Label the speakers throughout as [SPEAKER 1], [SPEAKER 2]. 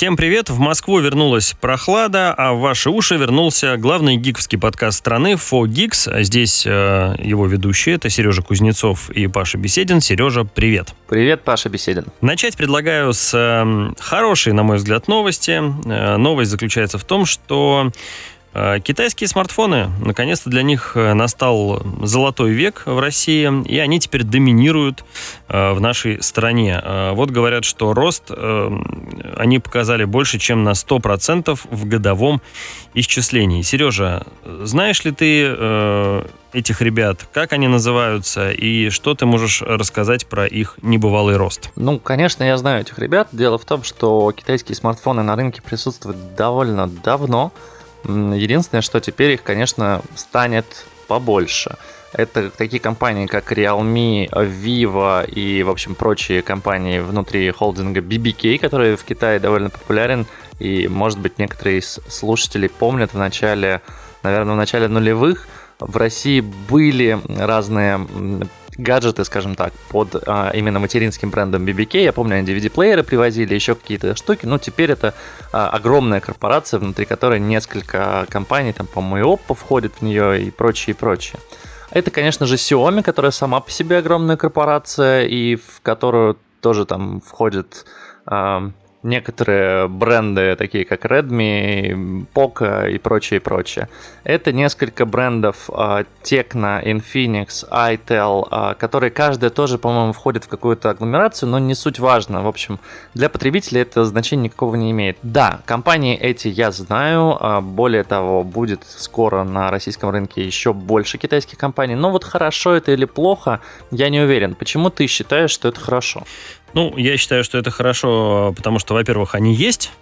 [SPEAKER 1] Всем привет! В Москву вернулась прохлада, а в ваши уши вернулся главный гиковский подкаст страны 4Geeks. Здесь его ведущие, это Сережа Кузнецов и Паша Беседин. Сережа, привет!
[SPEAKER 2] Привет, Паша Беседин.
[SPEAKER 1] Начать предлагаю с хорошей, на мой взгляд, новости. Новость заключается в том, что китайские смартфоны, наконец-то для них настал золотой век в России, и они теперь доминируют в нашей стране. Вот говорят, что рост они показали больше, чем на 100% в годовом исчислении. Сережа, знаешь ли ты этих ребят, как они называются, и что ты можешь рассказать про их небывалый рост?
[SPEAKER 2] Ну, конечно, я знаю этих ребят. Дело в том, что китайские смартфоны на рынке присутствуют довольно давно. Единственное, что теперь их, конечно, станет побольше. Это такие компании, как Realme, Vivo и, в общем, прочие компании внутри холдинга BBK, который в Китае довольно популярен. И, может быть, некоторые из слушателей помнят в начале нулевых в России были разные гаджеты, скажем так, под именно материнским брендом BBK. Я помню, они DVD-плееры привозили, еще какие-то штуки. Но теперь это огромная корпорация, внутри которой несколько компаний, там, по-моему, и Oppo входит в нее и прочее, и прочее. Это, конечно же, Xiaomi, которая сама по себе огромная корпорация, и в которую тоже там входят некоторые бренды, такие как Redmi, Poco и прочее, прочее. Это несколько брендов Tecno, Infinix, itel, которые каждая тоже, по-моему, входит в какую-то агломерацию, но не суть важно. В общем, для потребителя это значения никакого не имеет. Да, компании эти я знаю, более того, будет скоро на российском рынке еще больше китайских компаний, но вот хорошо это или плохо, я не уверен. Почему ты считаешь, что это хорошо?
[SPEAKER 1] Ну, я считаю, что это хорошо, потому что, во-первых, они есть,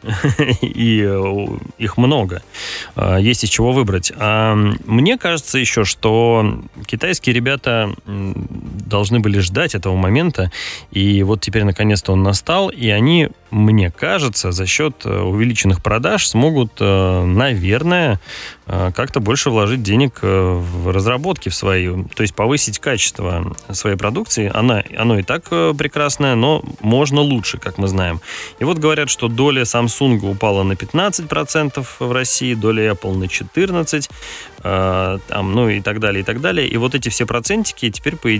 [SPEAKER 1] и их много, есть из чего выбрать. А мне кажется еще, что китайские ребята должны были ждать этого момента, и вот теперь наконец-то он настал, и они, мне кажется, за счет увеличенных продаж смогут, наверное, как-то больше вложить денег в разработки в свои, то есть повысить качество своей продукции. Оно и так прекрасное, но можно лучше, как мы знаем. И вот говорят, что доля Samsung упала на 15% в России, доля Apple на 14%, ну и так далее, и так далее. И вот эти все процентики теперь, по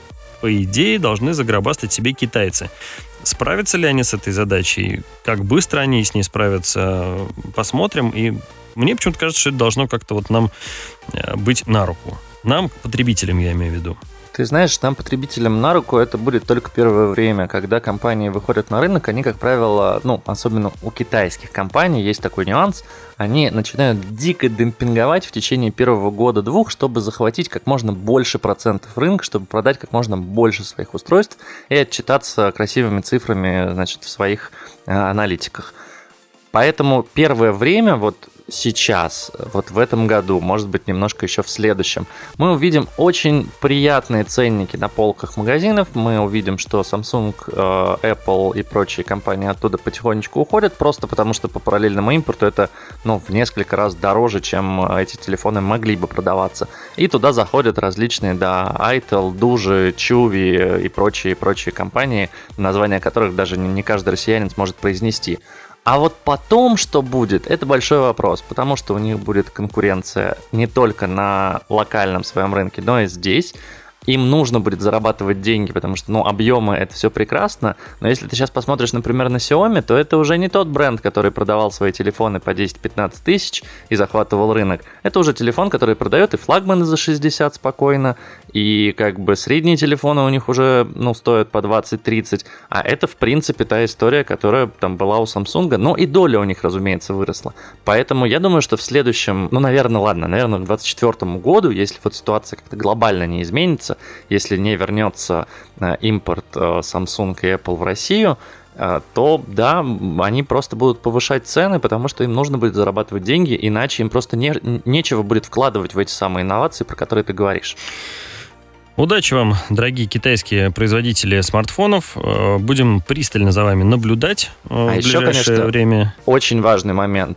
[SPEAKER 1] идее, должны загробастать себе китайцы. Справятся ли они с этой задачей? Как быстро они с ней справятся? Посмотрим. И мне почему-то кажется, что это должно как-то вот нам быть на руку. Нам, потребителям, я имею в виду.
[SPEAKER 2] Ты знаешь, нам, потребителям, на руку это будет только первое время. Когда компании выходят на рынок, они, как правило, особенно у китайских компаний, есть такой нюанс, они начинают дико демпинговать в течение первого года-двух, чтобы захватить как можно больше процентов рынка, чтобы продать как можно больше своих устройств и отчитаться красивыми цифрами, значит, в своих аналитиках. Поэтому первое время, вот сейчас, вот в этом году, может быть, немножко еще в следующем, мы увидим очень приятные ценники на полках магазинов, мы увидим, что Samsung, Apple и прочие компании оттуда потихонечку уходят, просто потому что по параллельному импорту это, в несколько раз дороже, чем эти телефоны могли бы продаваться. И туда заходят различные, itel, Doogee, Chuwi и прочие компании, названия которых даже не каждый россиянин сможет произнести. А вот потом, что будет, это большой вопрос, потому что у них будет конкуренция не только на локальном своем рынке, но и здесь. Им нужно будет зарабатывать деньги, потому что, объемы — это все прекрасно, но если ты сейчас посмотришь, например, на Xiaomi, то это уже не тот бренд, который продавал свои телефоны по 10-15 тысяч и захватывал рынок. Это уже телефон, который продает и флагманы за 60 спокойно, и средние телефоны у них уже, стоят по 20-30, а это, в принципе, та история, которая там была у Samsung, но и доля у них, разумеется, выросла. Поэтому я думаю, что в следующем, наверное, к 2024 году, если вот ситуация как-то глобально не изменится, если не вернется импорт Samsung и Apple в Россию, то да, они просто будут повышать цены, потому что им нужно будет зарабатывать деньги, иначе им просто нечего будет вкладывать в эти самые инновации, про которые ты говоришь.
[SPEAKER 1] Удачи вам, дорогие китайские производители смартфонов. Будем пристально за вами наблюдать в ближайшее время.
[SPEAKER 2] Очень важный момент.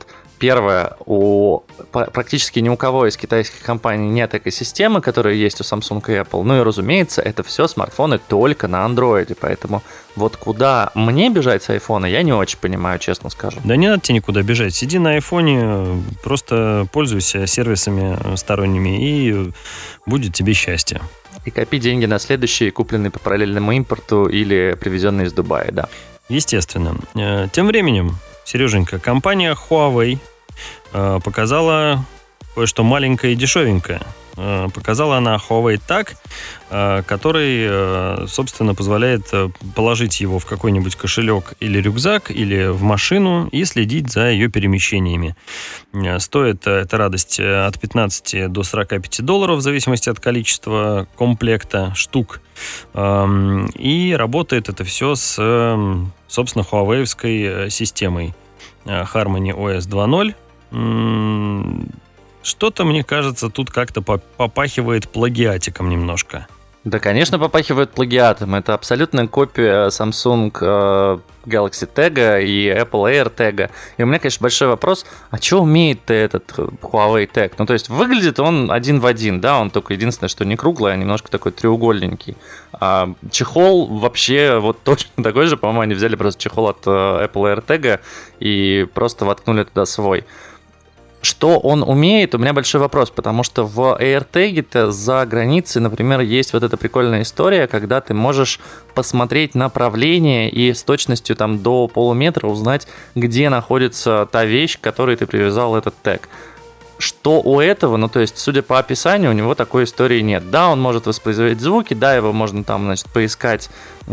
[SPEAKER 2] первое, практически ни у кого из китайских компаний нет экосистемы, которая есть у Samsung и Apple. Ну и, разумеется, это все смартфоны только на Android, поэтому вот куда мне бежать с айфона, я не очень понимаю, честно скажу.
[SPEAKER 1] Да не надо тебе никуда бежать. Сиди на айфоне, просто пользуйся сервисами сторонними, и будет тебе счастье.
[SPEAKER 2] И копи деньги на следующие, купленные по параллельному импорту или привезенные из Дубая, да.
[SPEAKER 1] Естественно. Тем временем, Сереженька, компания Huawei показала кое-что маленькое и дешевенькое. Показала она Huawei Tag, который, собственно, позволяет положить его в какой-нибудь кошелек или рюкзак, или в машину и следить за ее перемещениями. Стоит эта радость от 15 до $45, в зависимости от количества комплекта штук. И работает это все с, собственно, Huawei-овской системой Harmony OS 2.0. Что-то, мне кажется, тут как-то попахивает плагиатиком немножко.
[SPEAKER 2] Да, конечно, попахивает плагиатом. Это абсолютная копия Samsung Galaxy Tag и Apple Air Tag. И у меня, конечно, большой вопрос, а что умеет этот Huawei Tag? Ну, то есть, выглядит он один в один, да, он только единственное, что не круглый, а немножко такой треугольненький. А чехол вообще вот точно такой же, по-моему, они взяли просто чехол от Apple Air Tag и просто воткнули туда свой. Что он умеет, у меня большой вопрос, потому что в AirTag-то за границей, например, есть вот эта прикольная история, когда ты можешь посмотреть направление и с точностью там до полуметра узнать, где находится та вещь, к которой ты привязал этот тег. Что у этого, ну то есть, судя по описанию, у него такой истории нет. Да, он может воспроизводить звуки, да, его можно там, значит, поискать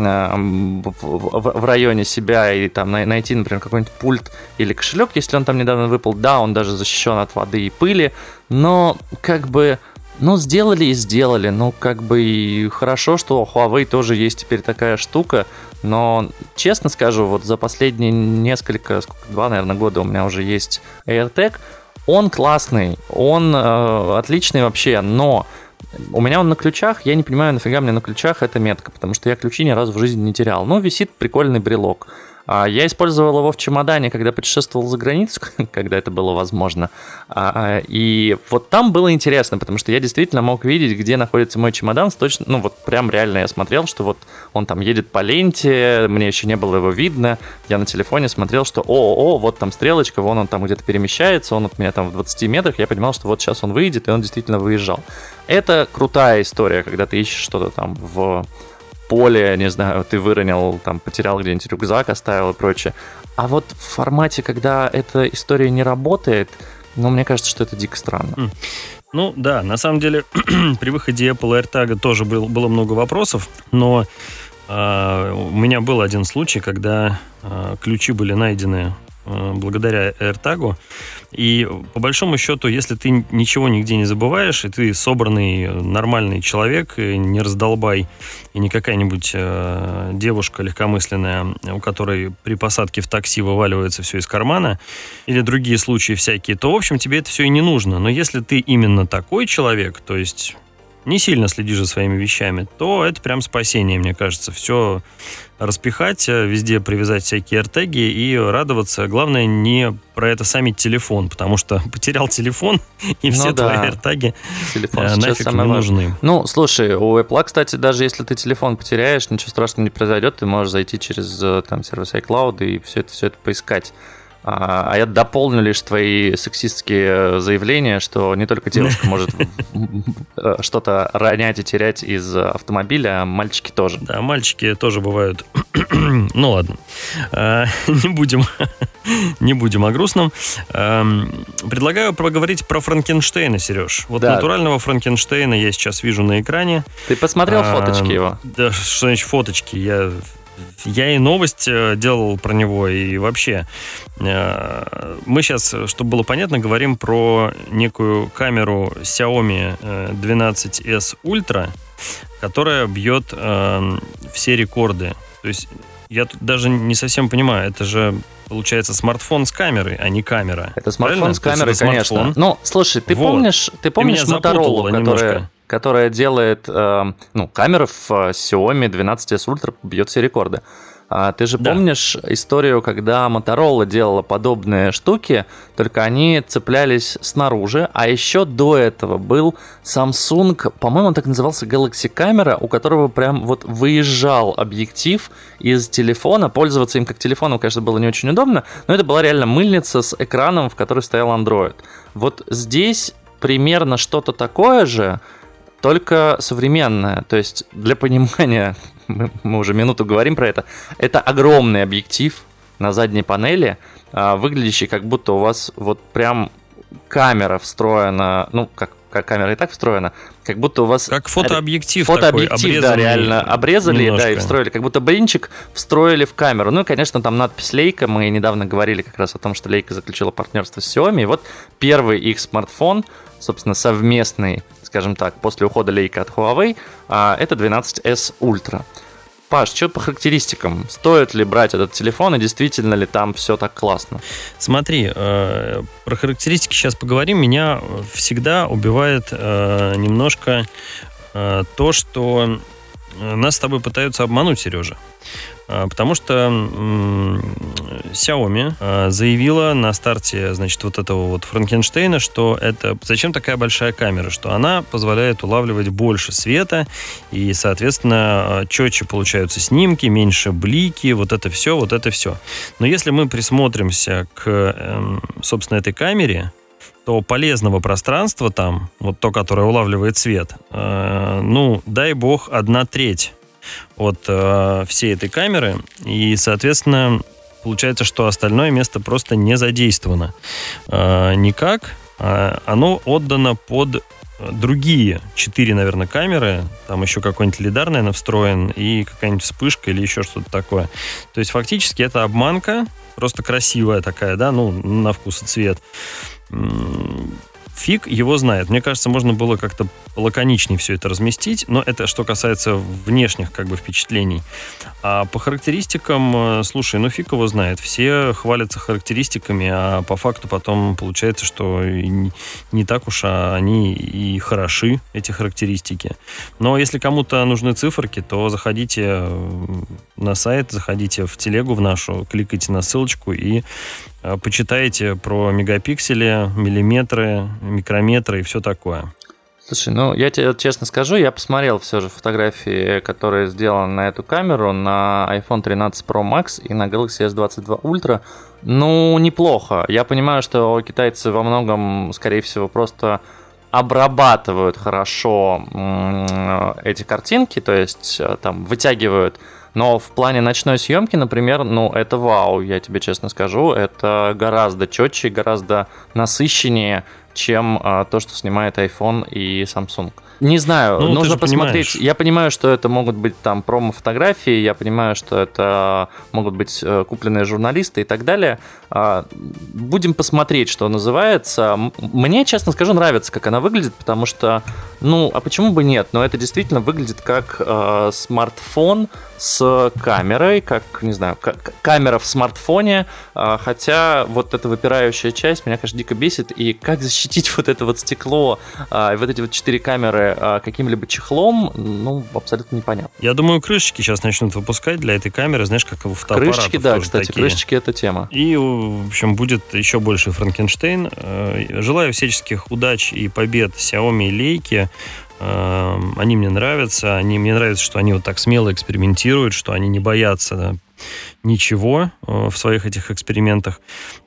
[SPEAKER 2] в районе себя и там найти, например, какой-нибудь пульт или кошелек, если он там недавно выпал. Да, он даже защищен от воды и пыли, но как бы, ну сделали и сделали. Ну как бы и хорошо, что у Huawei тоже есть теперь такая штука, но честно скажу, вот за последние два, наверное, года у меня уже есть AirTag. Он классный, он отличный вообще, но у меня он на ключах, я не понимаю, нафига мне на ключах эта метка, потому что я ключи ни разу в жизни не терял. Ну, висит прикольный брелок. Я использовал его в чемодане, когда путешествовал за границу, когда это было возможно. И вот там было интересно, потому что я действительно мог видеть, где находится мой чемодан. Точно, ну вот прям реально я смотрел, что вот он там едет по ленте, мне еще не было его видно. Я на телефоне смотрел, что вот там стрелочка, вон он там где-то перемещается, он от меня там в 20 метрах. Я понимал, что вот сейчас он выйдет, и он действительно выезжал. Это крутая история, когда ты ищешь что-то там в поле, не знаю, ты выронил, там, потерял где-нибудь рюкзак, оставил и прочее. А вот в формате, когда эта история не работает, ну, мне кажется, что это дико странно.
[SPEAKER 1] Ну, да, на самом деле, при выходе Apple AirTag тоже было много вопросов, но у меня был один случай, когда ключи были найдены благодаря AirTag. И по большому счету, если ты ничего нигде не забываешь, и ты собранный, нормальный человек, и не раздолбай, и не какая-нибудь девушка легкомысленная, у которой при посадке в такси вываливается все из кармана, или другие случаи всякие, то, в общем, тебе это все и не нужно. Но если ты именно такой человек, то есть не сильно следишь за своими вещами, то это прям спасение, мне кажется. Все распихать, везде привязать всякие AirTag и радоваться. Главное, не про это самить телефон, потому что потерял телефон, и все твои AirTag нафиг не нужны.
[SPEAKER 2] Ну, слушай, у Apple, кстати, даже если ты телефон потеряешь, ничего страшного не произойдет, ты можешь зайти через там сервис iCloud и все это поискать. А я дополню лишь твои сексистские заявления, что не только девушка может что-то ронять и терять из автомобиля, а мальчики тоже.
[SPEAKER 1] Да, мальчики тоже бывают. Ну ладно, не будем о грустном. Предлагаю поговорить про Франкенштейна, Сереж. Вот да. Натурального Франкенштейна я сейчас вижу на экране.
[SPEAKER 2] Ты посмотрел фоточки его?
[SPEAKER 1] Да, что значит фоточки? Я и новость делал про него, и вообще мы сейчас, чтобы было понятно, говорим про некую камеру Xiaomi 12S Ultra, которая бьет все рекорды. То есть я тут даже не совсем понимаю, это же получается смартфон с камерой, а не камера.
[SPEAKER 2] Это смартфон с камерой, конечно. Ну, слушай, ты помнишь Motorola, которая делает, камера в Xiaomi 12S Ultra бьет все рекорды. Ты же помнишь историю, когда Motorola делала подобные штуки, только они цеплялись снаружи, а еще до этого был Samsung, по-моему, он так назывался, Galaxy Camera, у которого прям вот выезжал объектив из телефона. Пользоваться им как телефоном, конечно, было не очень удобно, но это была реально мыльница с экраном, в которой стоял Android. Вот здесь примерно что-то такое же, только современное. То есть, для понимания, мы уже минуту говорим про это, это огромный объектив на задней панели, выглядящий как будто у вас вот прям камера встроена, ну, как камера и так встроена, как будто у вас...
[SPEAKER 1] Как фотообъектив
[SPEAKER 2] такой, да, реально обрезали, немножко. Да, и встроили, как будто блинчик встроили в камеру. Ну, и, конечно, там надпись Leica, мы недавно говорили как раз о том, что Leica заключила партнерство с Xiaomi, и вот первый их смартфон, собственно, совместный, скажем так, после ухода Leica от Huawei, это 12S Ultra. Паш, что по характеристикам? Стоит ли брать этот телефон, и действительно ли там все так классно?
[SPEAKER 1] Смотри, про характеристики сейчас поговорим. Меня всегда убивает немножко то, что нас с тобой пытаются обмануть, Сережа. Потому что Xiaomi заявила на старте, значит, вот этого вот Франкенштейна, что это зачем такая большая камера, что она позволяет улавливать больше света и, соответственно, четче получаются снимки, меньше блики, вот это все. Но если мы присмотримся к, собственно, этой камере, то полезного пространства там, вот то, которое улавливает свет, ну, дай бог, 1/3 от всей этой камеры, и, соответственно, получается, что остальное место просто не задействовано никак, оно отдано под другие 4, наверное, камеры, там еще какой-нибудь лидар, наверное, встроен, и какая-нибудь вспышка или еще что-то такое. То есть, фактически, это обманка, просто красивая такая, да, ну, на вкус и цвет. Фиг его знает. Мне кажется, можно было как-то лаконичнее все это разместить, но это что касается внешних как бы впечатлений. А по характеристикам, слушай, ну фиг его знает. Все хвалятся характеристиками, а по факту потом получается, что не так уж они и хороши, эти характеристики. Но если кому-то нужны циферки, то заходите на сайт, заходите в телегу в нашу, кликайте на ссылочку и почитайте про мегапиксели, миллиметры, микрометры и все такое.
[SPEAKER 2] Слушай, ну я тебе честно скажу, я посмотрел все же фотографии, которые сделаны на эту камеру, на iPhone 13 Pro Max и на Galaxy S22 Ultra. Ну, неплохо. Я понимаю, что китайцы во многом, скорее всего, просто обрабатывают хорошо эти картинки, то есть там вытягивают. Но в плане ночной съемки, например, ну это вау, я тебе честно скажу, это гораздо четче, гораздо насыщеннее, чем то, что снимает iPhone и Samsung. Не знаю,
[SPEAKER 1] ну,
[SPEAKER 2] нужно посмотреть. Я понимаю, что это могут быть там промо-фотографии, я понимаю, что это могут быть купленные журналисты и так далее. Будем посмотреть, что называется. Мне, честно скажу, нравится, как она выглядит, потому что, ну, а почему бы нет? Но это действительно выглядит как смартфон с камерой, как, не знаю, камера в смартфоне, хотя вот эта выпирающая часть меня, конечно, дико бесит, и как защитить вот это вот стекло, вот эти вот 4 камеры каким-либо чехлом, ну, абсолютно непонятно.
[SPEAKER 1] Я думаю, крышечки сейчас начнут выпускать для этой камеры, знаешь, как у фотоаппаратов.
[SPEAKER 2] Крышечки, да, кстати, такие. Крышечки — это тема.
[SPEAKER 1] И, в общем, будет еще больше Франкенштейн. Желаю всяческих удач и побед Xiaomi и Leica. Они мне нравятся. Мне нравится, что они вот так смело экспериментируют, что они не боятся ничего в своих этих экспериментах.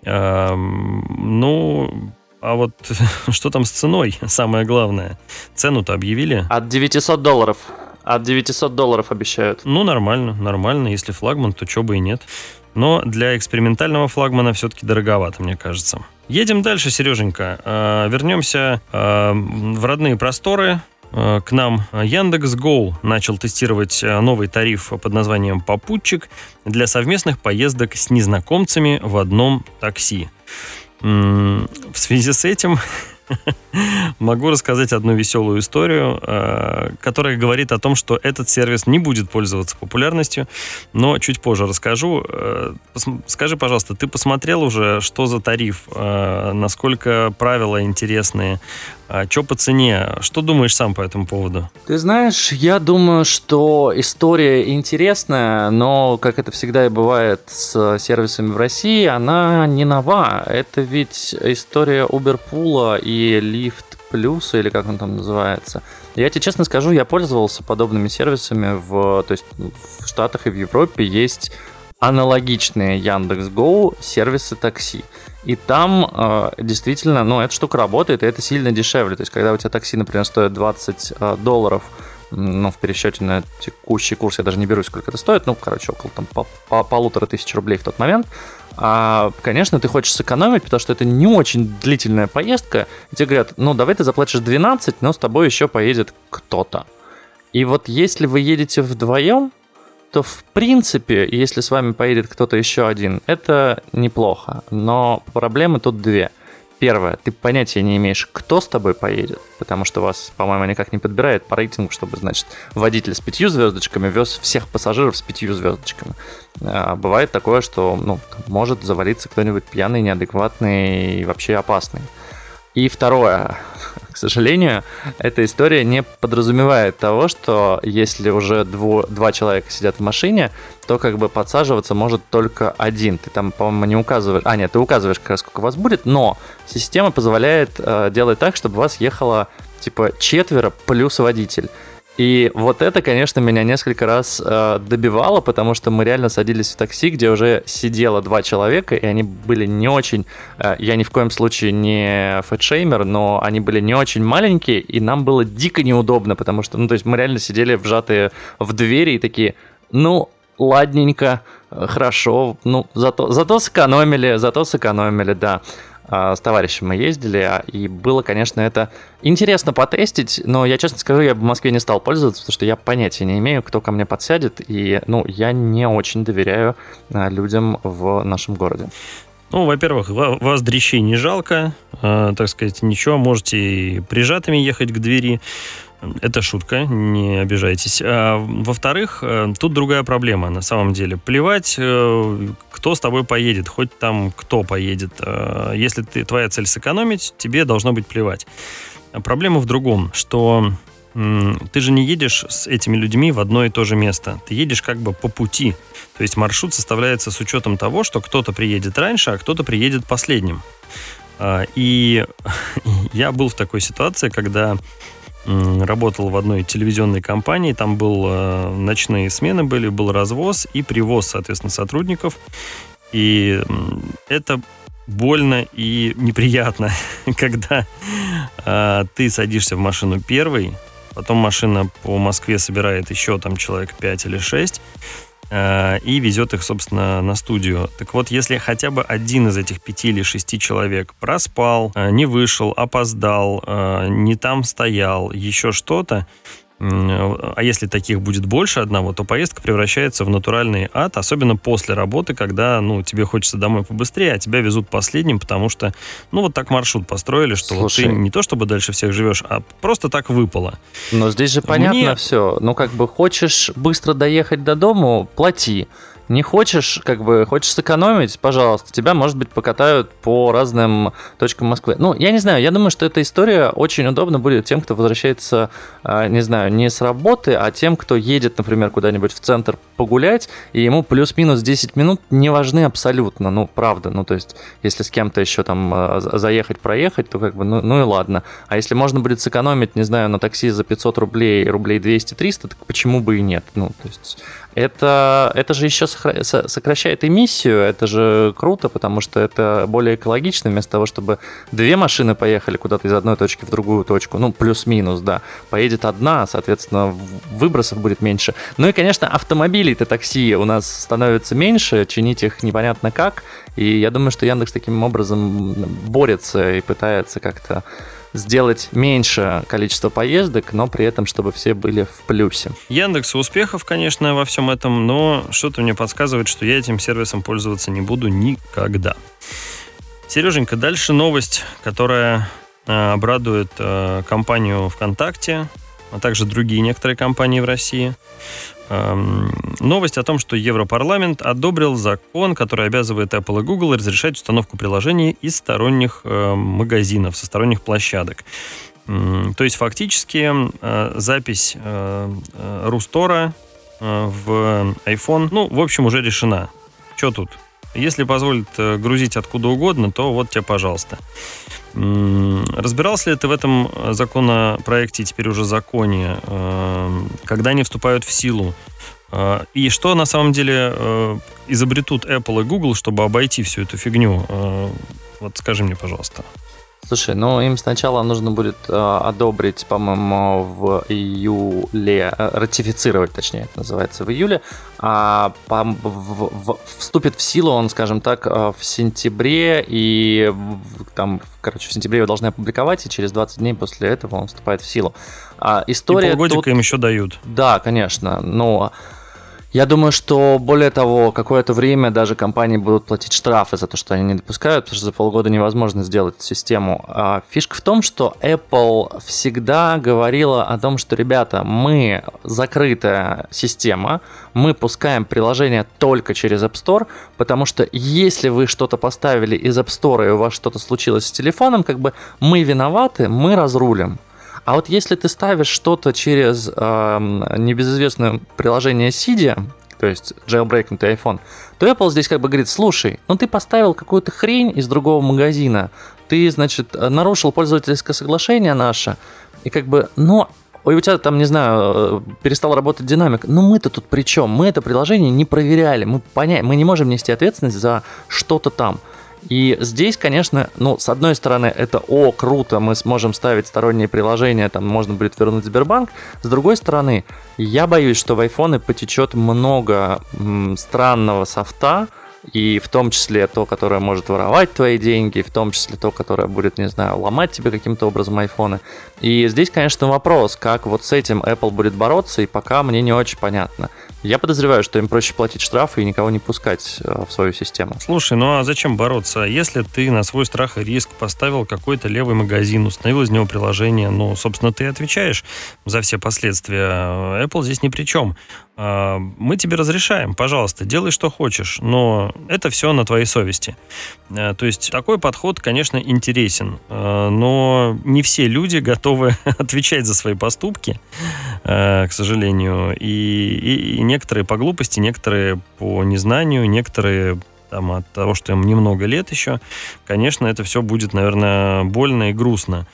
[SPEAKER 1] Ну, а вот что там с ценой? Самое главное. Цену-то объявили?
[SPEAKER 2] От $900. От $900 обещают.
[SPEAKER 1] Ну, нормально. Если флагман, то чего бы и нет. Но для экспериментального флагмана все-таки дороговато, мне кажется. Едем дальше, Сереженька. Вернемся в родные просторы. К нам Яндекс.Гоу начал тестировать новый тариф под названием «Попутчик» для совместных поездок с незнакомцами в одном такси. В связи с этим Могу рассказать одну веселую историю, которая говорит о том, что этот сервис не будет пользоваться популярностью, но чуть позже расскажу. Скажи, пожалуйста, ты посмотрел уже, что за тариф, насколько правила интересные, что по цене? Что думаешь сам по этому поводу?
[SPEAKER 2] Ты знаешь, я думаю, что история интересная, но, как это всегда и бывает с сервисами в России, она не нова. Это ведь история Uberpool и Lyft Plus, или как он там называется. Я тебе честно скажу, я пользовался подобными сервисами в Штатах и в Европе. Есть аналогичные Яндекс.Гоу сервисы такси. И там действительно, эта штука работает, и это сильно дешевле. То есть, когда у тебя такси, например, стоит $20, в пересчете на текущий курс, я даже не беру, сколько это стоит, около там, 1500 рублей в тот момент. Конечно, ты хочешь сэкономить, потому что это не очень длительная поездка. И тебе говорят, давай ты заплатишь 12, но с тобой еще поедет кто-то. И вот если вы едете вдвоем, то в принципе, если с вами поедет кто-то еще один, это неплохо. Но проблемы тут две. Первое, ты понятия не имеешь, кто с тобой поедет, потому что вас, по-моему, никак не подбирает по рейтингу, чтобы, водитель с 5 звездочками вез всех пассажиров с 5 звездочками. Бывает такое, что, может завалиться кто-нибудь пьяный, неадекватный и вообще опасный. И второе, к сожалению, эта история не подразумевает того, что если уже два человека сидят в машине, то подсаживаться может только один. Ты там, по-моему, не указываешь... ты указываешь, как раз сколько вас будет, но система позволяет делать так, чтобы вас ехало 4 плюс водитель. И вот это, конечно, меня несколько раз добивало, потому что мы реально садились в такси, где уже сидело 2 человека, и они были не очень... Я ни в коем случае не фэтшеймер, но они были не очень маленькие, и нам было дико неудобно, потому что, то есть мы реально сидели вжатые в двери и такие, ладненько, хорошо, зато сэкономили, да. С товарищем мы ездили, и было, конечно, это интересно потестить, но я, честно скажу, я в Москве не стал пользоваться, потому что я понятия не имею, кто ко мне подсядет, и, я не очень доверяю людям в нашем городе.
[SPEAKER 1] Во-первых, вас дрищей не жалко, так сказать, ничего, можете и прижатыми ехать к двери. Это шутка, не обижайтесь. Во-вторых, тут другая проблема на самом деле. Плевать, кто с тобой поедет, хоть там кто поедет. Если твоя цель сэкономить, тебе должно быть плевать. Проблема в другом, что ты же не едешь с этими людьми в одно и то же место. Ты едешь по пути. То есть маршрут составляется с учетом того, что кто-то приедет раньше, а кто-то приедет последним. И я был в такой ситуации, когда работал в одной телевизионной компании, там ночные смены был развоз и привоз, соответственно, сотрудников. И это больно и неприятно, когда ты садишься в машину первый, потом машина по Москве собирает еще там человек 5 или 6 и везет их, собственно, на студию. Так вот, если хотя бы один из этих 5 или 6 человек проспал, не вышел, опоздал, не там стоял, еще что-то, а если таких будет больше одного, то поездка превращается в натуральный ад, особенно после работы, когда, тебе хочется домой побыстрее, а тебя везут последним, потому что, вот так маршрут построили, что ты не то чтобы дальше всех живешь, а просто так выпало.
[SPEAKER 2] Но здесь же понятно все. Хочешь быстро доехать до дому, плати. Не хочешь, хочешь сэкономить, пожалуйста, тебя, может быть, покатают по разным точкам Москвы. Я не знаю, я думаю, что эта история очень удобна будет тем, кто возвращается, не с работы, а тем, кто едет, например, куда-нибудь в центр погулять, и ему плюс-минус 10 минут не важны абсолютно, правда. То есть, если с кем-то еще там заехать, проехать, то и ладно. А если можно будет сэкономить, на такси за 500 рублей 200-300, так почему бы и нет? То есть... Это же еще сокращает эмиссию, это же круто, потому что это более экологично, вместо того, чтобы 2 машины поехали куда-то из одной точки в другую точку, плюс-минус, да, поедет одна, соответственно, выбросов будет меньше. И, конечно, автомобилей-то такси у нас становится меньше, чинить их непонятно как, и я думаю, что Яндекс таким образом борется и пытается как-то сделать меньше количество поездок, но при этом, чтобы все были в плюсе.
[SPEAKER 1] Яндексу успехов, конечно, во всем этом, но что-то мне подсказывает, что я этим сервисом пользоваться не буду никогда. Сереженька, дальше новость, которая обрадует компанию ВКонтакте, а также другие некоторые компании в России. Новость о том, что Европарламент одобрил закон, который обязывает Apple и Google разрешать установку приложений из сторонних магазинов, со сторонних площадок. То есть фактически запись Рустора в iPhone, в общем, уже решена. Что тут? Если позволит грузить откуда угодно, то вот тебе, пожалуйста. Разбирался ли ты в этом законопроекте, теперь уже законе, когда они вступают в силу? И что на самом деле изобретут Apple и Google, чтобы обойти всю эту фигню? Вот скажи мне, пожалуйста.
[SPEAKER 2] Слушай, им сначала нужно будет одобрить, по-моему, в июле, ратифицировать, точнее, это называется, в июле, а вступит в силу он, скажем так, в сентябре, и в сентябре его должны опубликовать, и через 20 дней после этого он вступает в силу. История
[SPEAKER 1] и полгодика им еще дают.
[SPEAKER 2] Да, конечно, но... Я думаю, что, более того, какое-то время даже компании будут платить штрафы за то, что они не допускают, потому что за полгода невозможно сделать систему. Фишка в том, что Apple всегда говорила о том, что, ребята, мы закрытая система, мы пускаем приложения только через App Store, потому что если вы что-то поставили из App Store и у вас что-то случилось с телефоном, мы виноваты, мы разрулим. А вот если ты ставишь что-то через небезызвестное приложение Cydia, то есть jailbreakнутый iPhone, то Apple здесь говорит: слушай, ты поставил какую-то хрень из другого магазина, ты, нарушил пользовательское соглашение наше, и у тебя там, не знаю, перестал работать динамик. Мы-то тут при чем? Мы это приложение не проверяли, мы не можем нести ответственность за что-то там. И здесь, конечно, с одной стороны, это круто, мы сможем ставить сторонние приложения, там можно будет вернуть Сбербанк. С другой стороны, я боюсь, что в айфоны потечет много странного софта, и в том числе то, которое может воровать твои деньги, в том числе то, которое будет, не знаю, ломать тебе каким-то образом айфоны. И здесь, конечно, вопрос, как вот с этим Apple будет бороться, и пока мне не очень понятно. Я подозреваю, что им проще платить штрафы и никого не пускать в свою систему.
[SPEAKER 1] Слушай, а зачем бороться? Если ты на свой страх и риск поставил какой-то левый магазин, установил из него приложение, собственно, ты отвечаешь за все последствия. Apple здесь ни при чем. Мы тебе разрешаем, пожалуйста, делай, что хочешь, но это все на твоей совести. То есть такой подход, конечно, интересен, но не все люди готовы отвечать за свои поступки, к сожалению, и некоторые по глупости, некоторые по незнанию, некоторые от того, что им немного лет еще, конечно, это все будет, наверное, больно и грустно.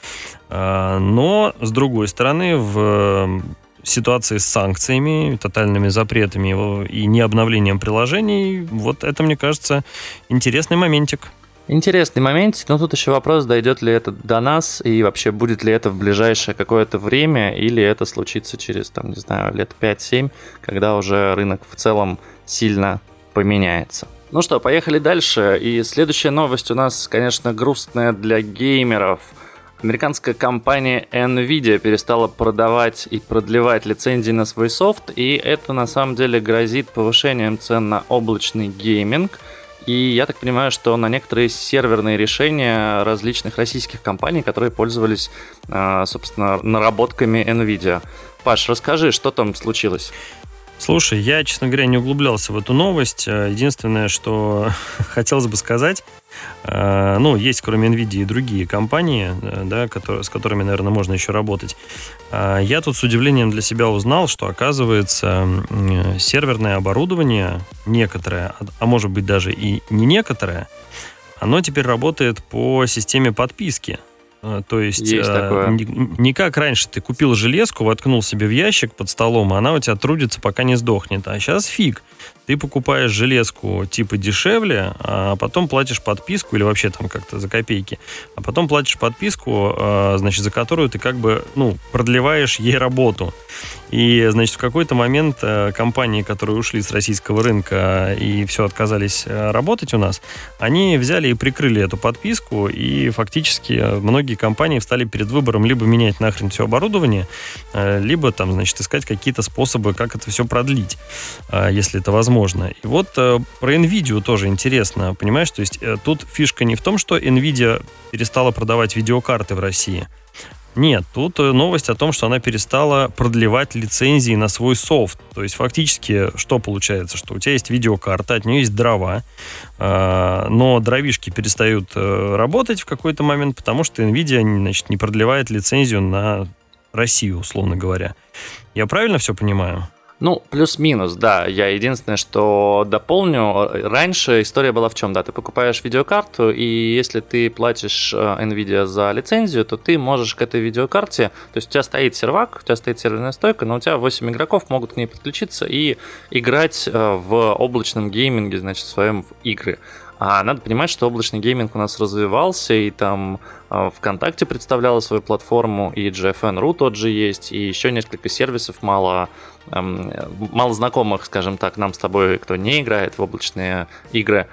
[SPEAKER 1] Но, с другой стороны, в ситуации с санкциями, тотальными запретами и необновлением приложений, вот это, мне кажется, интересный моментик.
[SPEAKER 2] Интересный момент, но тут еще вопрос, дойдет ли это до нас, и вообще будет ли это в ближайшее какое-то время, или это случится через, лет 5-7, когда уже рынок в целом сильно поменяется. Ну что, поехали дальше, и следующая новость у нас, конечно, грустная для геймеров. Американская компания NVIDIA перестала продавать и продлевать лицензии на свой софт, и это на самом деле грозит повышением цен на облачный гейминг. И я так понимаю, что на некоторые серверные решения различных российских компаний, которые пользовались, собственно, наработками NVIDIA. Паш, расскажи, что там случилось?
[SPEAKER 1] Слушай, я, честно говоря, не углублялся в эту новость. Единственное, что хотелось бы сказать, есть кроме NVIDIA и другие компании, да, с которыми, наверное, можно еще работать. Я тут с удивлением для себя узнал, что, оказывается, серверное оборудование некоторое, а может быть даже и не некоторое, оно теперь работает по системе подписки. То есть не как раньше ты купил железку, воткнул себе в ящик под столом, а она у тебя трудится, пока не сдохнет. А сейчас фиг. Ты покупаешь железку типа дешевле, а потом платишь подписку, или вообще там как-то за копейки, а потом платишь подписку, за которую ты продлеваешь ей работу. И, в какой-то момент компании, которые ушли с российского рынка и все отказались работать у нас, они взяли и прикрыли эту подписку, и фактически многие компании встали перед выбором либо менять нахрен все оборудование, либо искать какие-то способы, как это все продлить, если это возможно. возможно. И вот про NVIDIA тоже интересно, понимаешь, то есть тут фишка не в том, что NVIDIA перестала продавать видеокарты в России. Нет, тут новость о том, что она перестала продлевать лицензии на свой софт. То есть фактически что получается? Что у тебя есть видеокарта, от нее есть дрова, но дровишки перестают работать в какой-то момент, потому что NVIDIA, значит, не продлевает лицензию на Россию, условно говоря. Я правильно все понимаю?
[SPEAKER 2] Ну, плюс-минус, да. Я единственное, что дополню. Раньше история была в чем? Да, ты покупаешь видеокарту, и если ты платишь NVIDIA за лицензию, то ты можешь к этой видеокарте... То есть у тебя стоит сервак, у тебя стоит серверная стойка, но у тебя 8 игроков могут к ней подключиться и играть в облачном гейминге, значит, в своем игры. А надо понимать, что облачный гейминг у нас развивался, и там ВКонтакте представляла свою платформу, и GFN.ru тот же есть, и еще несколько сервисов мало знакомых, скажем так, нам с тобой, кто не играет в облачные игры,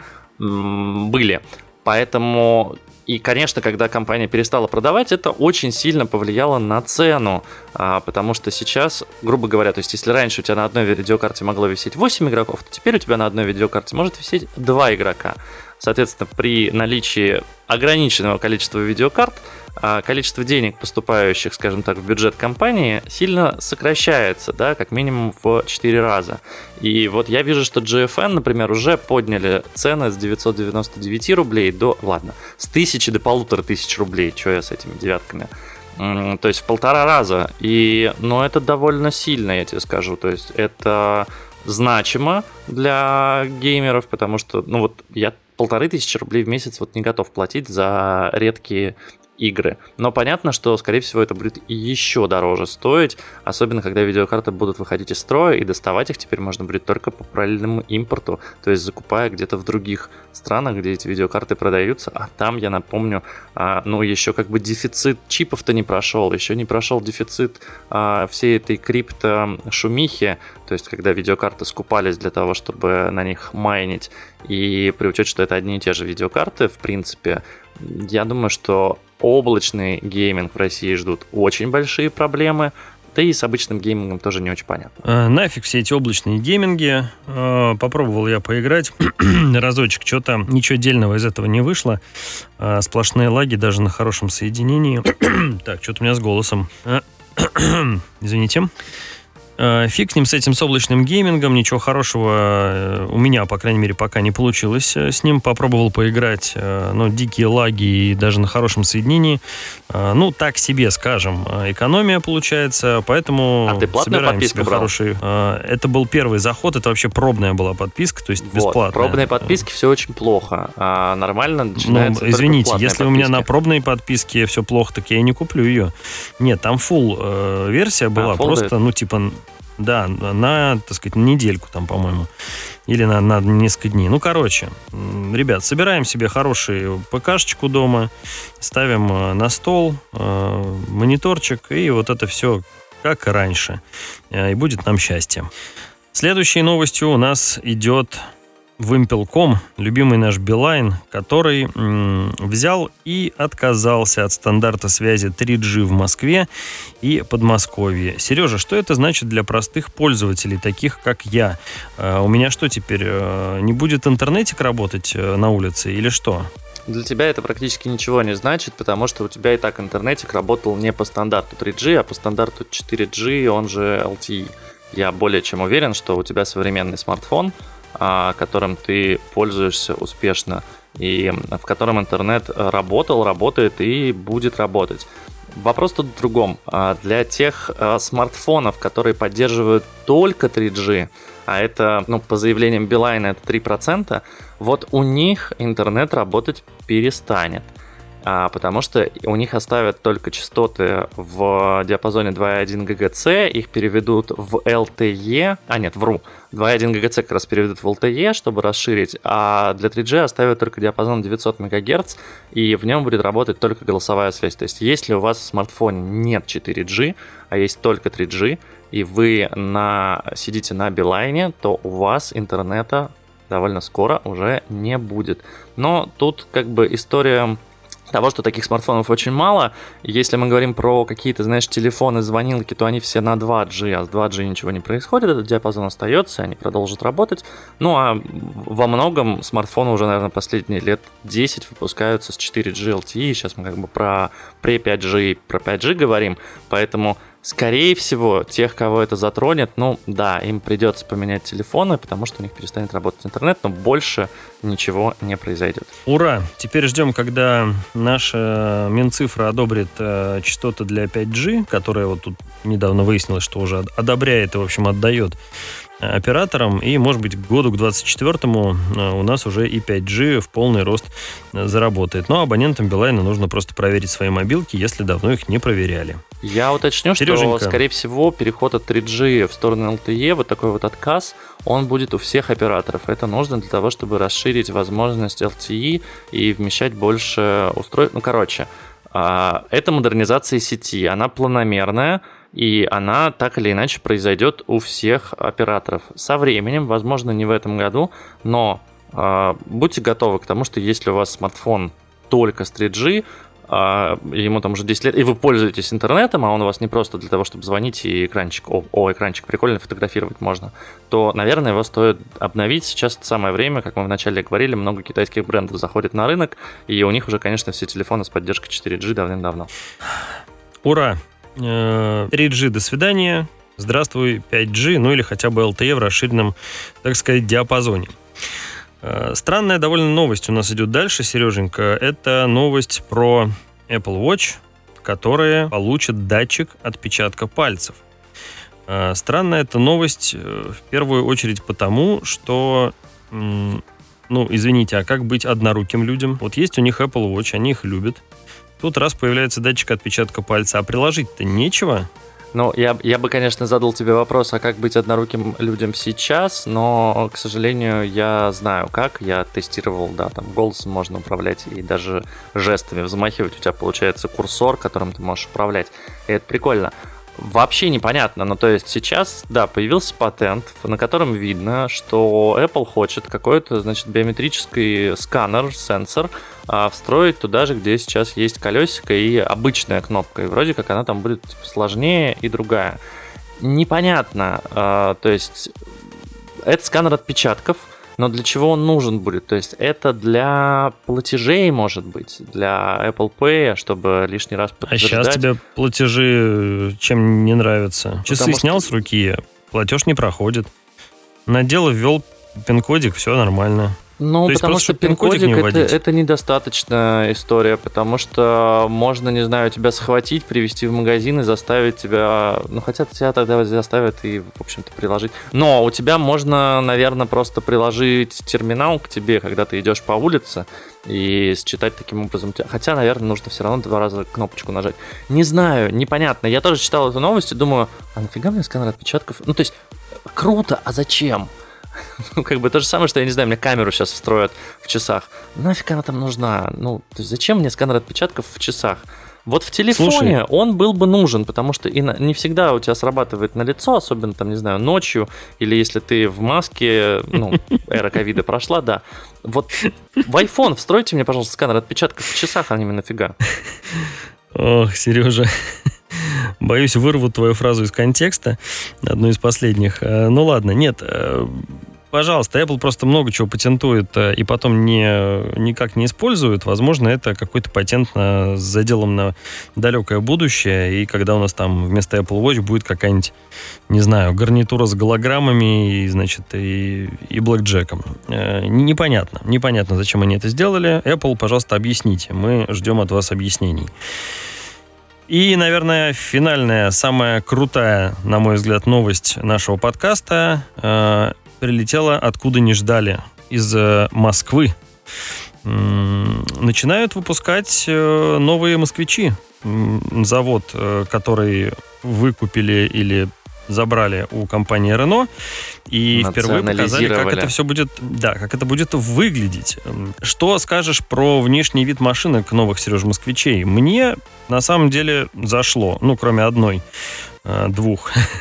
[SPEAKER 2] были. Поэтому... И, конечно, когда компания перестала продавать, это очень сильно повлияло на цену, потому что сейчас, грубо говоря, то есть если раньше у тебя на одной видеокарте могло висеть 8 игроков, то теперь у тебя на одной видеокарте может висеть 2 игрока. Соответственно, при наличии ограниченного количества видеокарт, количество денег, поступающих, скажем так, в бюджет компании, сильно сокращается, да, как минимум в 4 раза. И вот я вижу, что GFN, например, уже подняли цены с 999 рублей до, с 1000 до 1500 рублей, что я с этими девятками. То есть в 1,5 раза. Но это довольно сильно, я тебе скажу. То есть это значимо для геймеров, потому что, я 1500 рублей в месяц не готов платить за редкие игры. Но понятно, что, скорее всего, это будет еще дороже стоить, особенно когда видеокарты будут выходить из строя, и доставать их теперь можно будет только по параллельному импорту, то есть закупая где-то в других странах, где эти видеокарты продаются, а там, я напомню, еще дефицит чипов-то не прошел, еще не прошел дефицит всей этой крипто-шумихи, то есть когда видеокарты скупались для того, чтобы на них майнить, и при учете, что это одни и те же видеокарты, в принципе, я думаю, что облачный гейминг в России ждут очень большие проблемы, да и с обычным геймингом тоже не очень понятно.
[SPEAKER 1] Нафиг все эти облачные гейминги. Попробовал я поиграть разочек, что-то ничего дельного из этого не вышло. Сплошные лаги даже на хорошем соединении. Так, что-то у меня с голосом. Извините. Фиг с ним, с этим с облачным геймингом, ничего хорошего у меня, по крайней мере, пока не получилось с ним. Попробовал поиграть, дикие лаги и даже на хорошем соединении. Так себе, скажем, экономия получается, поэтому
[SPEAKER 2] ты платную
[SPEAKER 1] собираем
[SPEAKER 2] подписку
[SPEAKER 1] себе
[SPEAKER 2] брал?
[SPEAKER 1] хороший... Это был первый заход, это вообще пробная была подписка, то есть бесплатная.
[SPEAKER 2] Пробные подписки все очень плохо, а нормально начинается
[SPEAKER 1] извините,
[SPEAKER 2] только
[SPEAKER 1] если
[SPEAKER 2] платная
[SPEAKER 1] у меня
[SPEAKER 2] подписка.
[SPEAKER 1] на пробной подписке все плохо, так я и не куплю ее. Нет, там full версия была,
[SPEAKER 2] full
[SPEAKER 1] просто, да, на, так сказать, недельку там, по-моему. Или на несколько дней. Ребят, собираем себе хорошую ПКшечку дома, ставим на стол, мониторчик, и вот это все как и раньше. И будет нам счастье. Следующей новостью у нас идет Wimpel.com, любимый наш Билайн, который взял и отказался от стандарта связи 3G в Москве и Подмосковье. Сережа, что это значит для простых пользователей, таких как я? У меня что теперь, не будет интернетик работать на улице или что?
[SPEAKER 2] Для тебя это практически ничего не значит, потому что у тебя и так интернетик работал не по стандарту 3G, а по стандарту 4G, он же LTE. Я более чем уверен, что у тебя современный смартфон, которым ты пользуешься успешно, и в котором интернет работает и будет работать. Вопрос тут в другом. Для тех смартфонов, которые поддерживают только 3G, а это, по заявлениям Билайна, это 3%, вот у них интернет работать перестанет. Потому что у них оставят только частоты в диапазоне 2,1 ГГц, их переведут в LTE, 2,1 ГГц как раз переведут в LTE, чтобы расширить, а для 3G оставят только диапазон 900 МГц, и в нем будет работать только голосовая связь. То есть если у вас в смартфоне нет 4G, а есть только 3G, и вы сидите на Билайне, то у вас интернета довольно скоро уже не будет. Но тут история того, что таких смартфонов очень мало. Если мы говорим про какие-то, знаешь, телефоны, звонилки, то они все на 2G, а с 2G ничего не происходит, этот диапазон остается, они продолжат работать. Ну, а во многом смартфоны уже, наверное, последние лет 10 выпускаются с 4G LTE. Сейчас мы как бы про pre-5G и про 5G говорим, поэтому... Скорее всего, тех, кого это затронет, ну да, им придется поменять телефоны, потому что у них перестанет работать интернет, но больше ничего не произойдет.
[SPEAKER 1] Ура! Теперь ждем, когда наша Минцифра одобрит частоты для 5G, которая вот тут недавно выяснилось, что уже одобряет и, в общем, отдает операторам, и, может быть, к году, к 24-му у нас уже и 5G в полный рост заработает. Но абонентам Билайна нужно просто проверить свои мобилки, если давно их не проверяли.
[SPEAKER 2] Я уточню,
[SPEAKER 1] Сереженька,
[SPEAKER 2] что, скорее всего, переход от 3G в сторону LTE, вот такой вот отказ, он будет у всех операторов. Это нужно для того, чтобы расширить возможность LTE и вмещать больше устройств. Ну, короче, это модернизация сети, она планомерная, и она так или иначе произойдет у всех операторов. Со временем, возможно, не в этом году, но будьте готовы к тому, что если у вас смартфон только с 3G, ему там уже 10 лет, и вы пользуетесь интернетом, а он у вас не просто для того, чтобы звонить и экранчик, экранчик прикольно, фотографировать можно, то, наверное, его стоит обновить. Сейчас это самое время, как мы вначале говорили, много китайских брендов заходит на рынок, и у них уже, конечно, все телефоны с поддержкой 4G давным-давно.
[SPEAKER 1] Ура! 3G, до свидания. Здравствуй, 5G, ну или хотя бы LTE в расширенном, так сказать, диапазоне. Странная довольно новость у нас идет дальше, Сереженька. Это новость про Apple Watch, которая получит датчик отпечатка пальцев. Странная эта новость в первую очередь потому, что, извините, а как быть одноруким людям? Вот есть у них Apple Watch, они их любят. Тут раз появляется датчик отпечатка пальца, а приложить-то нечего.
[SPEAKER 2] Ну, я бы, конечно, задал тебе вопрос, а как быть одноруким людям сейчас, но, к сожалению, я знаю как. Я тестировал, да, там голосом можно управлять и даже жестами взмахивать. У тебя получается курсор, которым ты можешь управлять. И это прикольно. Вообще непонятно, но то есть сейчас, да, появился патент, на котором видно, что Apple хочет какой-то, значит, биометрический сканер, сенсор, встроить туда же, где сейчас есть колесико и обычная кнопка, и вроде как она там будет сложнее и другая. Непонятно, то есть это сканер отпечатков, но для чего он нужен будет? То есть это для платежей, может быть, для Apple Pay, чтобы лишний раз подтверждать.
[SPEAKER 1] А сейчас тебе платежи чем не нравятся? Часы снял с руки, платеж не проходит. Надел и ввел пин-кодик, все нормально.
[SPEAKER 2] Ну, потому что пин-кодик это недостаточная история, потому что можно, не знаю, тебя схватить, привести в магазин и заставить тебя... Ну, хотя тебя тогда заставят и, в общем-то, приложить. Но у тебя можно, наверное, просто приложить терминал к тебе, когда ты идешь по улице, и считать таким образом... Хотя, наверное, нужно все равно 2 раза кнопочку нажать. Не знаю, непонятно. Я тоже читал эту новость и думаю, а нафига мне сканер отпечатков? Ну, то есть, круто, а зачем? Ну, как бы то же самое, что, я не знаю, мне камеру сейчас встроят в часах. Нафиг она там нужна? Ну, то есть зачем мне сканер отпечатков в часах? Вот в телефоне он был бы нужен, потому что не всегда у тебя срабатывает на лицо, особенно там, не знаю, ночью, или если ты в маске, эра ковида прошла, да. Вот в iPhone встройте мне, пожалуйста, сканер отпечатков в часах, а не нафига.
[SPEAKER 1] Ох, Сережа, боюсь, вырву твою фразу из контекста, одну из последних. Ну ладно, нет, пожалуйста, Apple просто много чего патентует и потом никак не использует. Возможно, это какой-то патент с заделом на далекое будущее, и когда у нас там вместо Apple Watch будет какая-нибудь, не знаю, гарнитура с голограммами и, значит, и блэкджеком. Непонятно, зачем они это сделали. Apple, пожалуйста, объясните. Мы ждем от вас объяснений. И, наверное, финальная, самая крутая, на мой взгляд, новость нашего подкаста прилетела откуда не ждали, из Москвы. Начинают выпускать новые москвичи. Завод, который выкупили или забрали у компании Renault, и впервые показали, как это все будет, как это будет выглядеть. Что скажешь про внешний вид машинок новых, Сереж, москвичей? Мне на самом деле зашло, кроме одной, 2.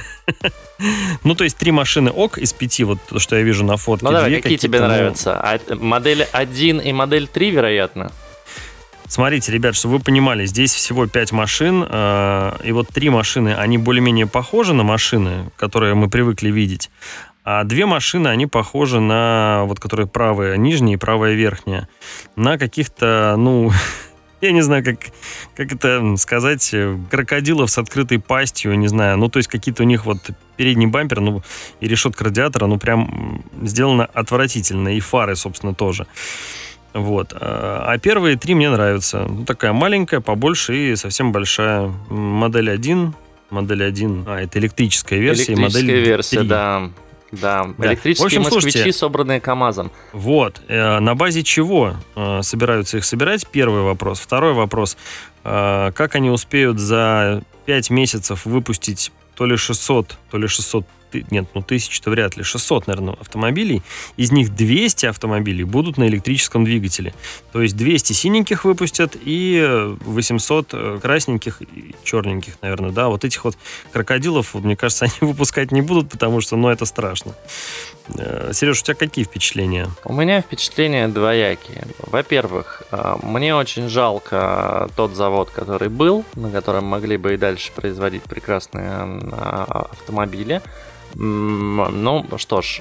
[SPEAKER 1] Ну, то есть 3 машины ок из 5, вот то, что я вижу на фотке.
[SPEAKER 2] Ну, давай, какие тебе нравятся? Модель 1 и модель 3, вероятно?
[SPEAKER 1] Смотрите, ребят, чтобы вы понимали, здесь всего 5 машин, и вот 3 машины, они более-менее похожи на машины, которые мы привыкли видеть, а 2 машины, они похожи на, вот, которые правая нижняя и правая верхняя, на каких-то, ну... Я не знаю, как это сказать, крокодилов с открытой пастью, не знаю. Ну, то есть какие-то у них вот передний бампер, ну, и решетка радиатора, ну, прям сделано отвратительно. И фары, собственно, тоже. Вот. А первые 3 мне нравятся. Ну, такая маленькая, побольше и совсем большая. Модель 1. Это электрическая версия.
[SPEAKER 2] Электрическая версия, да. Да, электрические, в общем, москвичи, слушайте, собранные КАМАЗом.
[SPEAKER 1] Вот. На базе чего собираются их собирать? Первый вопрос. Второй вопрос. Как они успеют за 5 месяцев выпустить то ли 600, то ли 600, нет, ну 1000-то вряд ли, 600, наверное, автомобилей. Из них 200 автомобилей будут на электрическом двигателе. То есть 200 синеньких выпустят и 800 красненьких и черненьких, наверное, да. Вот этих вот крокодилов, мне кажется, они выпускать не будут, потому что, ну, это страшно. Сереж, у тебя какие впечатления?
[SPEAKER 2] У меня впечатления двоякие. Во-первых, мне очень жалко тот завод, который был, на котором могли бы и дальше производить прекрасные автомобили. Ну, что ж,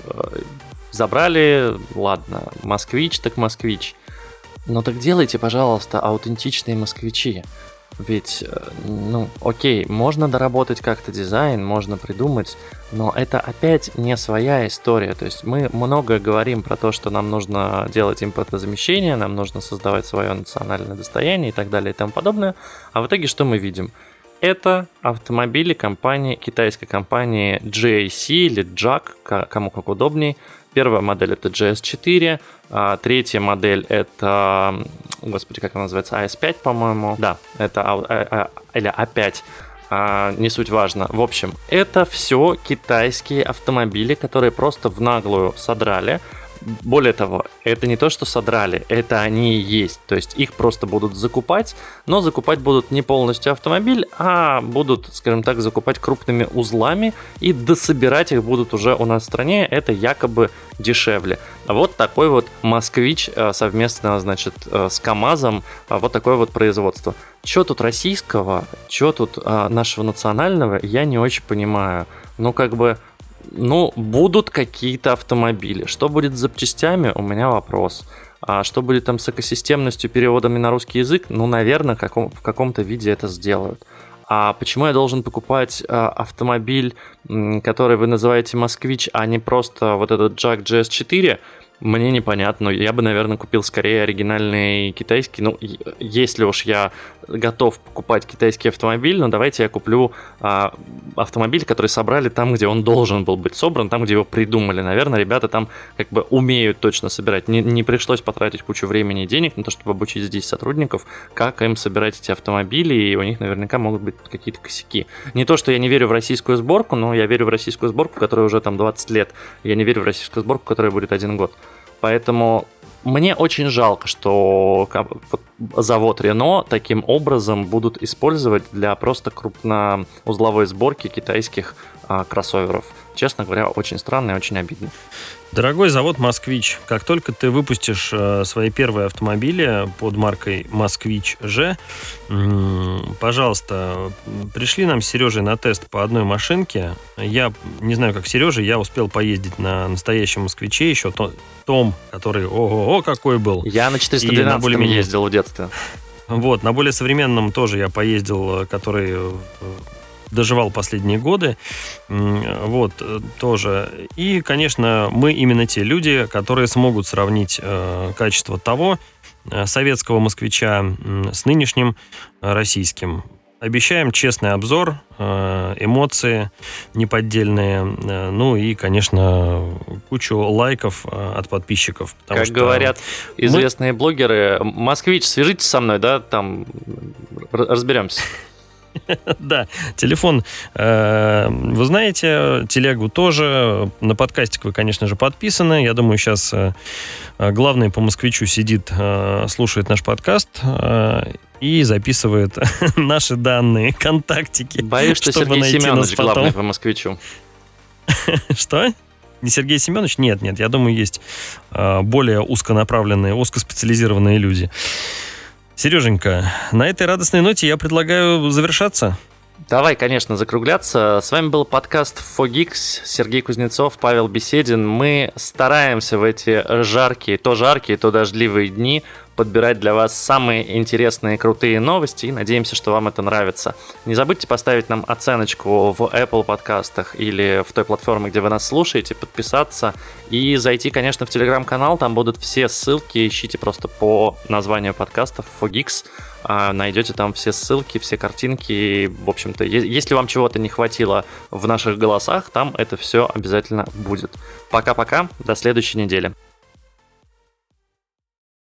[SPEAKER 2] забрали, ладно, москвич так москвич. Но так делайте, пожалуйста, аутентичные москвичи. Ведь, ну, окей, можно доработать как-то дизайн, можно придумать, но это опять не своя история. То есть мы много говорим про то, что нам нужно делать импортозамещение, нам нужно создавать свое национальное достояние и так далее и тому подобное. А в итоге что мы видим? Это автомобили китайской компании GAC или JAC, кому как удобней. Первая модель это GS4, третья модель это, господи, как она называется, AS5, по-моему. Да, это или A5, не суть важно. В общем, это все китайские автомобили, которые просто в наглую содрали. Более того, это не то, что содрали, это они и есть. То есть их просто будут закупать, но закупать будут не полностью автомобиль, а будут, скажем так, закупать крупными узлами и дособирать их будут уже у нас в стране. Это якобы дешевле. Вот такой вот москвич совместно, значит, с КАМАЗом, вот такое вот производство. Что тут российского, что тут нашего национального, я не очень понимаю. Ну, как бы... Ну, будут какие-то автомобили. Что будет с запчастями, у меня вопрос. А что будет там с экосистемностью, переводами на русский язык? Ну, наверное, в каком-то виде это сделают. А почему я должен покупать автомобиль, который вы называете «Москвич», а не просто вот этот JAC GS4? Мне непонятно. Я бы, наверное, купил скорее оригинальный китайский. Ну, если уж я готов покупать китайский автомобиль, но давайте я куплю автомобиль, который собрали там, где он должен был быть собран, там, где его придумали. Наверное, ребята там как бы умеют точно собирать. Не пришлось потратить кучу времени и денег на то, чтобы обучить здесь сотрудников, как им собирать эти автомобили, и у них наверняка могут быть какие-то косяки. Не то, что я не верю в российскую сборку, но я верю в российскую сборку, которая уже там 20 лет. Я не верю в российскую сборку, которая будет 1 год. Поэтому мне очень жалко, что завод Renault таким образом будут использовать для просто крупноузловой сборки китайских кроссоверов. Честно говоря, очень странно и очень обидно.
[SPEAKER 1] Дорогой завод «Москвич», как только ты выпустишь свои первые автомобили под маркой «Москвич Ж», пожалуйста, пришли нам с Сережей на тест по одной машинке. Я не знаю, как Сережа, я успел поездить на настоящем «Москвиче» еще, том, который ого-го какой был.
[SPEAKER 2] Я на 412 ездил в детстве.
[SPEAKER 1] Вот, на более современном тоже я поездил, который... доживал последние годы, вот, тоже. И, конечно, мы именно те люди, которые смогут сравнить качество того советского москвича с нынешним российским. Обещаем честный обзор, эмоции неподдельные, ну и, конечно, кучу лайков от подписчиков.
[SPEAKER 2] Как говорят известные блогеры, «Москвич, свяжитесь со мной, да, там разберемся».
[SPEAKER 1] Да, телефон, вы знаете, телегу тоже, на подкастик вы, конечно же, подписаны. Я думаю, сейчас главный по москвичу сидит, слушает наш подкаст и записывает наши данные, контактики.
[SPEAKER 2] Боюсь, что Сергей Семенович главный по москвичу.
[SPEAKER 1] Что? Не Сергей Семенович? Нет, я думаю, есть более узконаправленные, узкоспециализированные люди. Сереженька, на этой радостной ноте я предлагаю завершаться.
[SPEAKER 2] Давай, конечно, закругляться. С вами был подкаст 4Geeks, Сергей Кузнецов, Павел Беседин. Мы стараемся в эти жаркие, то дождливые дни подбирать для вас самые интересные, крутые новости и надеемся, что вам это нравится. Не забудьте поставить нам оценочку в Apple подкастах или в той платформе, где вы нас слушаете, подписаться и зайти, конечно, в Telegram-канал, там будут все ссылки, ищите просто по названию подкастов 4Geeks, найдете там все ссылки, все картинки, в общем-то, если вам чего-то не хватило в наших голосах, там это все обязательно будет. Пока-пока, до следующей недели.